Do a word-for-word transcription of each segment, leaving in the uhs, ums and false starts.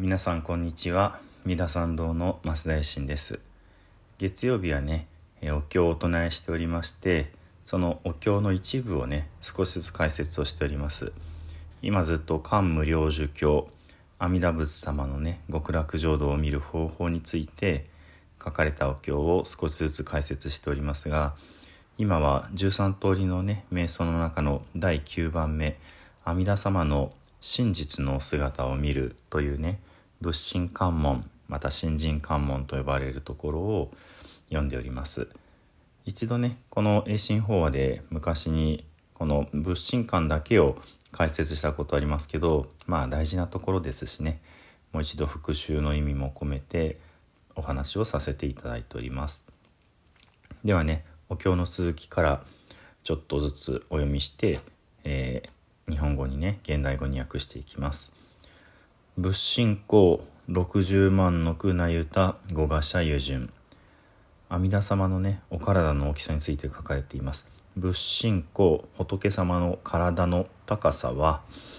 皆さんこんにちは。三田参道の増田衛進です。月曜日はね、お経をお唱えしておりまして、そのお経の一部をね少しずつ解説をしております。今ずっと観無量寿経、阿弥陀仏様のね極楽浄土を見る方法について書かれたお経を少しずつ解説しておりますが、今はじゅうさん通りのね瞑想の中のだいきゅうばんめ、阿弥陀様の真実の姿を見るというね仏心観門、また心人観門と呼ばれるところを読んでおります。一度ねこの栄心法話で昔にこの仏心観だけを解説したことありますけど、まあ大事なところですしね、もう一度復習の意味も込めてお話をさせていただいております。ではねお経の続きからちょっとずつお読みして、えー、日本語にね現代語に訳していきます。仏心講六十万の句なゆた五賀社油順。阿弥陀様のねお体の大きさについて書かれています。仏心講、仏様の体の高さは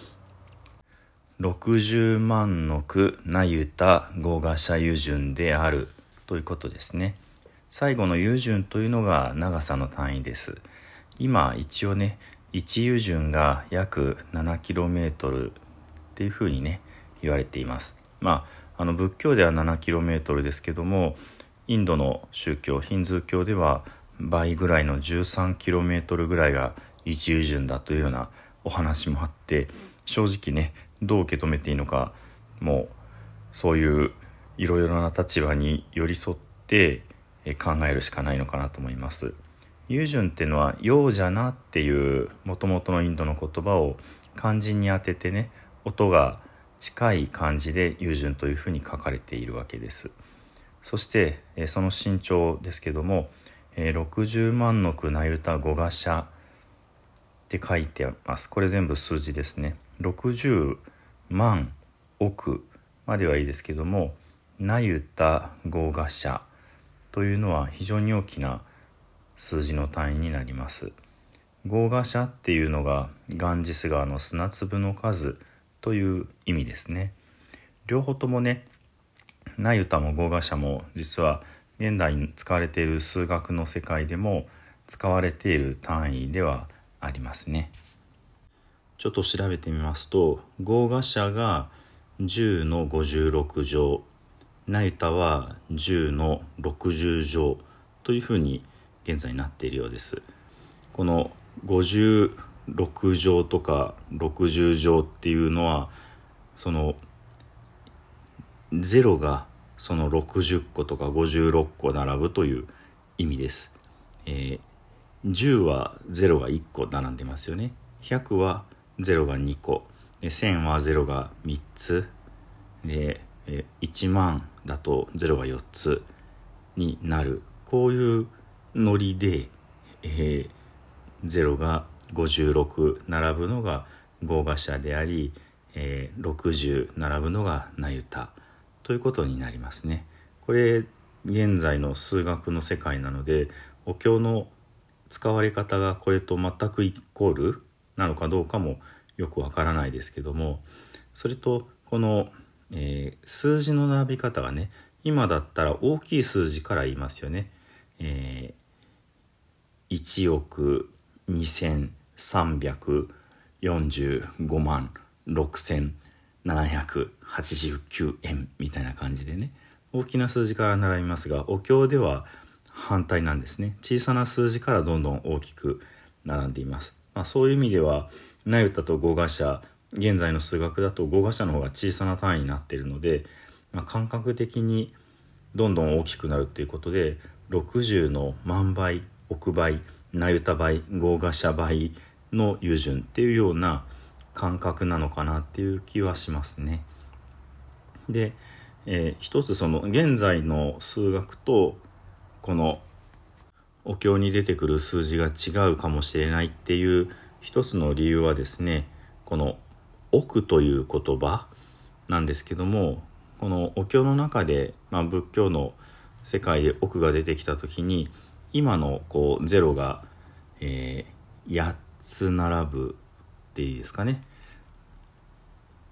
六十万の句なゆた五賀社油順であるということですね。最後の油順というのが長さの単位です。今一応ねいち油順が約 ななキロメートル っていうふうにね言われています。まああの仏教では ななキロメートル ですけども、インドの宗教ヒンズー教では倍ぐらいの じゅうさんキロメートル ぐらいがいち油順だというようなお話もあって、正直ねどう受け止めていいのか、もうそういういろいろな立場に寄り添って考えるしかないのかなと思います。油順っていうのは陽じゃなっていう元々のインドの言葉を漢字に当ててね、音が近い漢字で油順というふうに書かれているわけです。そしてその身長ですけども、ろくじゅうまんの句なゆた五賀社って書いてます。これ全部数字ですね。ろくじゅうまん億まではいいですけども、なゆた五賀社というのは非常に大きな数字の単位になります。五賀社っていうのがガンジス川の砂粒の数という意味ですね。両方ともね、なゆたも五賀社も実は現代に使われている数学の世界でも使われている単位ではありますね。ちょっと調べてみますと、五賀社がじゅうのごじゅうろく乗、なゆたはじゅうのろくじゅう乗というふうに現在なっているようです。このごじゅうろく乗とかろくじゅう乗っていうのは、そのゼロがそのろくじゅっことかごじゅうろっこ並ぶという意味です。えー、じゅうはゼロがいっこ並んでますよね。ひゃくはゼロがにこ、でせんはゼロがみっつで、えー、いちまんだとゼロがよっつになる。こういうノリで、えー、ゼロがごじゅうろく並ぶのが五賀社であり、えー、ろくじゅう並ぶのがなゆたということになりますね。これ現在の数学の世界なので、お経の使われ方がこれと全くイコールなのかどうかもよくわからないですけども、それとこの、えー、数字の並び方がね、今だったら大きい数字から言いますよね。えー、いちおくにせんさんびゃくよんじゅうごまんろくせんななひゃくはちじゅうきゅうえんみたいな感じでね、大きな数字から並びますが、お経では反対なんですね。小さな数字からどんどん大きく並んでいます。まあ、そういう意味ではなゆたと五賀社、現在の数学だと五賀社の方が小さな単位になっているので、まあ、感覚的にどんどん大きくなるということで、ろくじゅうの万倍、億倍、なゆた倍、五賀社倍の油順っていうような感覚なのかなっていう気はしますね。で、えー、一つその現在の数学とこのお経に出てくる数字が違うかもしれないっていう一つの理由はですね、この億という言葉なんですけども、このお経の中で、まあ、仏教の世界で億が出てきたときに、今のこうゼロが、えー、やっつ並ぶっていいですかね。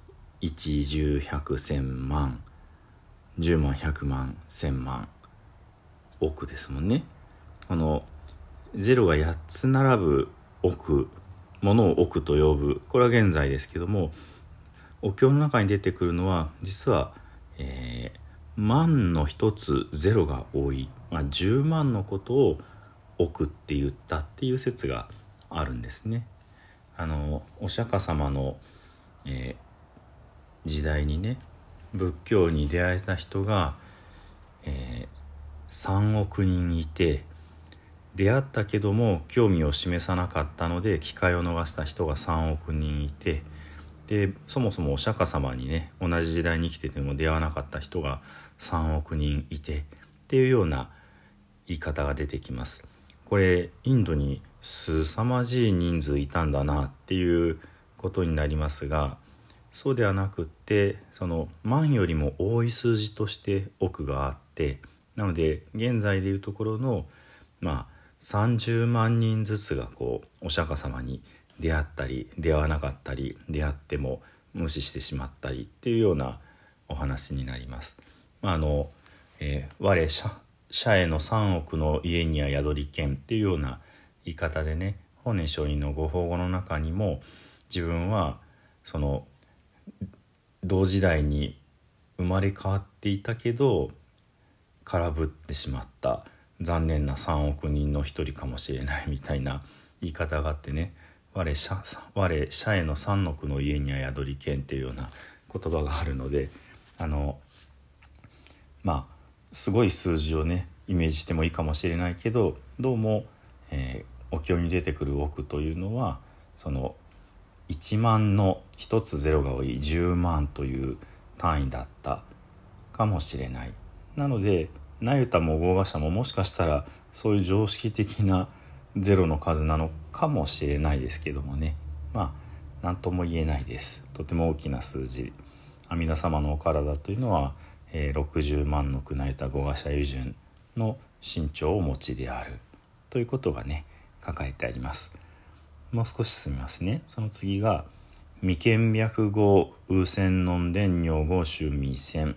いち、じゅう、ひゃく、せんまん、じゅうまん、ひゃくまん、せんまん億ですもんね。このゼロがやっつ並ぶ億、ものを億と呼ぶ、これは現在ですけども、お経の中に出てくるのは実は、えー、万の一つゼロが多い、まあ、じゅうまんのことを億って言ったっていう説があるんですね。あのお釈迦様の、えー、時代にね、仏教に出会えた人が、えー、さんおくにんいて、出会ったけども興味を示さなかったので機会を逃した人がさんおくにんいて、でそもそもお釈迦様にね、同じ時代に生きてても出会わなかった人がさんおくにんいてっていうような言い方が出てきます。これインドに凄まじい人数いたんだなっていうことになりますが、そうではなくって、その万よりも多い数字として億があって、なので現在でいうところのまあさんじゅうまんにんずつがこうお釈迦様に出会ったり出会わなかったり、出会っても無視してしまったりっていうようなお話になります。まああの、えー、我社社へのさんおくの家には宿りけんっていうような言い方でね、法然上人のご法語の中にも、自分はその同時代に生まれ変わっていたけど空振ってしまった残念なさんおくにんの一人かもしれないみたいな言い方があってね、我社我社への三億の家には宿りけんっていうような言葉があるので、あのまあすごい数字をねイメージしてもいいかもしれないけど、どうも、えー、お経に出てくる億というのはそのいちまんのひとつゼロが多いじゅうまんという単位だったかもしれない。なので那由他も豪華者ももしかしたらそういう常識的なゼロの数なのかもしれないですけどもね、まあ何とも言えないです。とても大きな数字、阿弥陀様のお体というのは、えー、ろくじゅうまんの宮内多豪華者由順の身長をお持ちであるということがね書かれてあります。もう少し進みますね。その次が未見白号雨仙論伝尿号周弥線。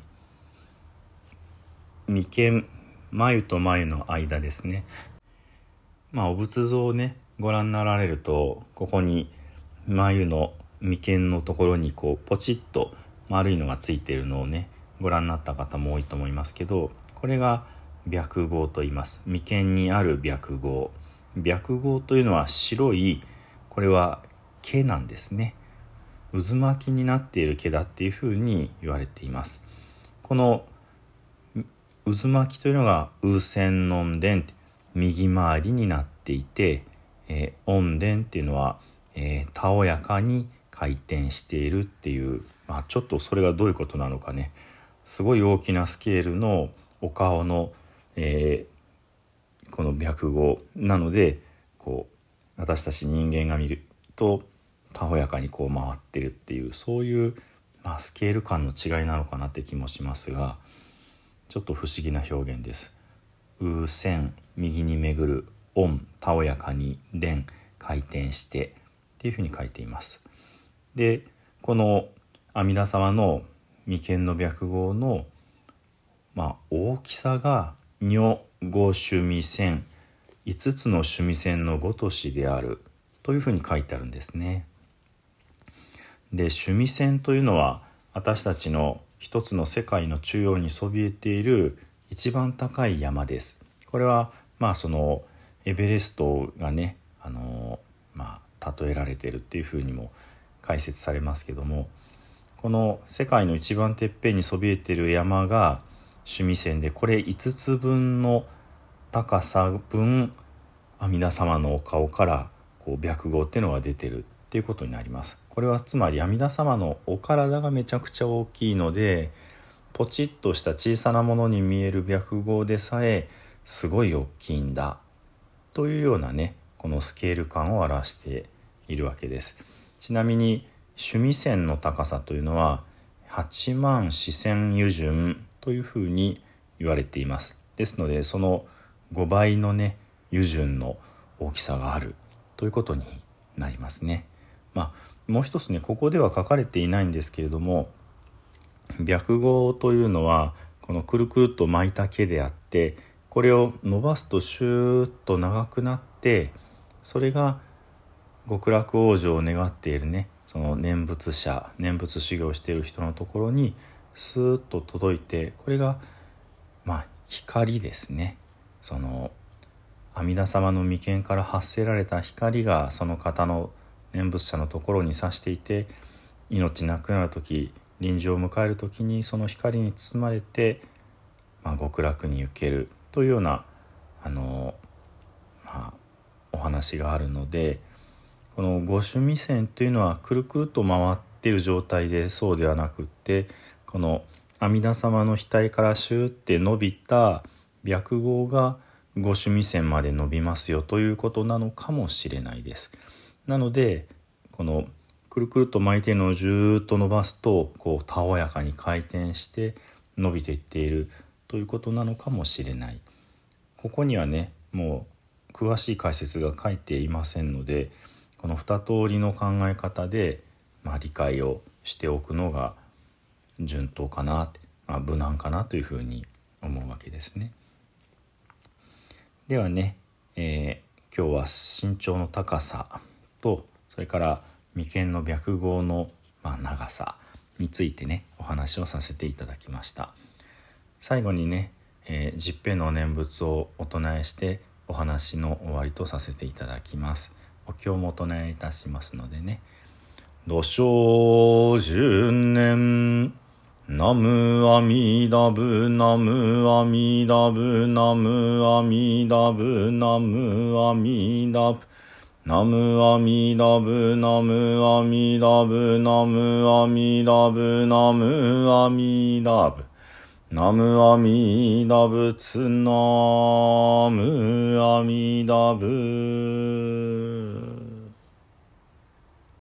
眉間、眉と眉の間ですね。まあお仏像をねご覧になられると、ここに眉の眉間のところにこうポチッと丸いのがついているのをねご覧になった方も多いと思いますけど、これが白毫と言います。眉間にある白毫。白毫というのは白い、これは毛なんですね。渦巻きになっている毛だっていうふうに言われています。この渦巻きというのが雨仙呑殿、右回りになっていて、えー、呑殿っていうのは、えー、たおやかに回転しているっていう、まあ、ちょっとそれがどういうことなのかね、すごい大きなスケールのお顔の、えー、この白毫なので、こう私たち人間が見るとたおやかにこう回ってるっていう、そういう、まあ、スケール感の違いなのかなって気もしますが、ちょっと不思議な表現です。う線、右に巡る、音、たおやかに、伝、回転してっていうふうに書いています。で、この阿弥陀様の眉間の白毫の、まあ、大きさが如五趣味線、いつつの趣味線のごとしであるというふうに書いてあるんですね。で、趣味線というのは私たちの一つの世界の中央にそびえている一番高い山です。これはまあそのエベレストがね、あのまあ例えられているっていうふうにも解説されますけども、この世界の一番てっぺんにそびえている山が趣味線で、これいつつぶんの高さ分阿弥陀様のお顔からこう白毫っていうのが出てるっていうことになります。これはつまり阿弥陀様のお体がめちゃくちゃ大きいので、ポチッとした小さなものに見える白毫でさえすごい大きいんだというようなね、このスケール感を表しているわけです。ちなみに趣味線の高さというのははちまん四千由順というふうに言われています。ですのでそのごばいのね由順の大きさがあるということになりますね。まあもう一つね、ここでは書かれていないんですけれども、 白毫というのはこのくるくると巻いた毛であって、これを伸ばすとシューッと長くなって、それが極楽往生を願っているね、その念仏者、念仏修行をしている人のところにスーッと届いて、これがまあ光ですね。その阿弥陀様の眉間から発せられた光がその方の念仏者のところに差していて、命なくなる時、臨終を迎える時にその光に包まれて、まあ、極楽に行けるというようなあの、まあ、お話があるので、この御朱弥線というのはくるくると回っている状態で、そうではなくって、この阿弥陀様の額からシューって伸びた白毫が御朱弥線まで伸びますよということなのかもしれないです。なのでこのくるくると巻いているのをずーっと伸ばすと、こうたおやかに回転して伸びていっているということなのかもしれない。ここにはね、もう詳しい解説が書いていませんので、この二通りの考え方で、まあ、理解をしておくのが順当かな、まあ、無難かなというふうに思うわけですね。ではね、えー、今日は身長の高さと、それから眉間の白毫の、まあ、長さについてね、お話をさせていただきました。最後にね、えー、十平の念仏をお唱えしてお話の終わりとさせていただきます。お経もお唱えいたしますのでね。土生十年ナムアミダブナムアミダブナムアミダブナムアミダブナムアミダブナムアミダブナムアミダブナムアミダブナムアミダブツナムアミダブ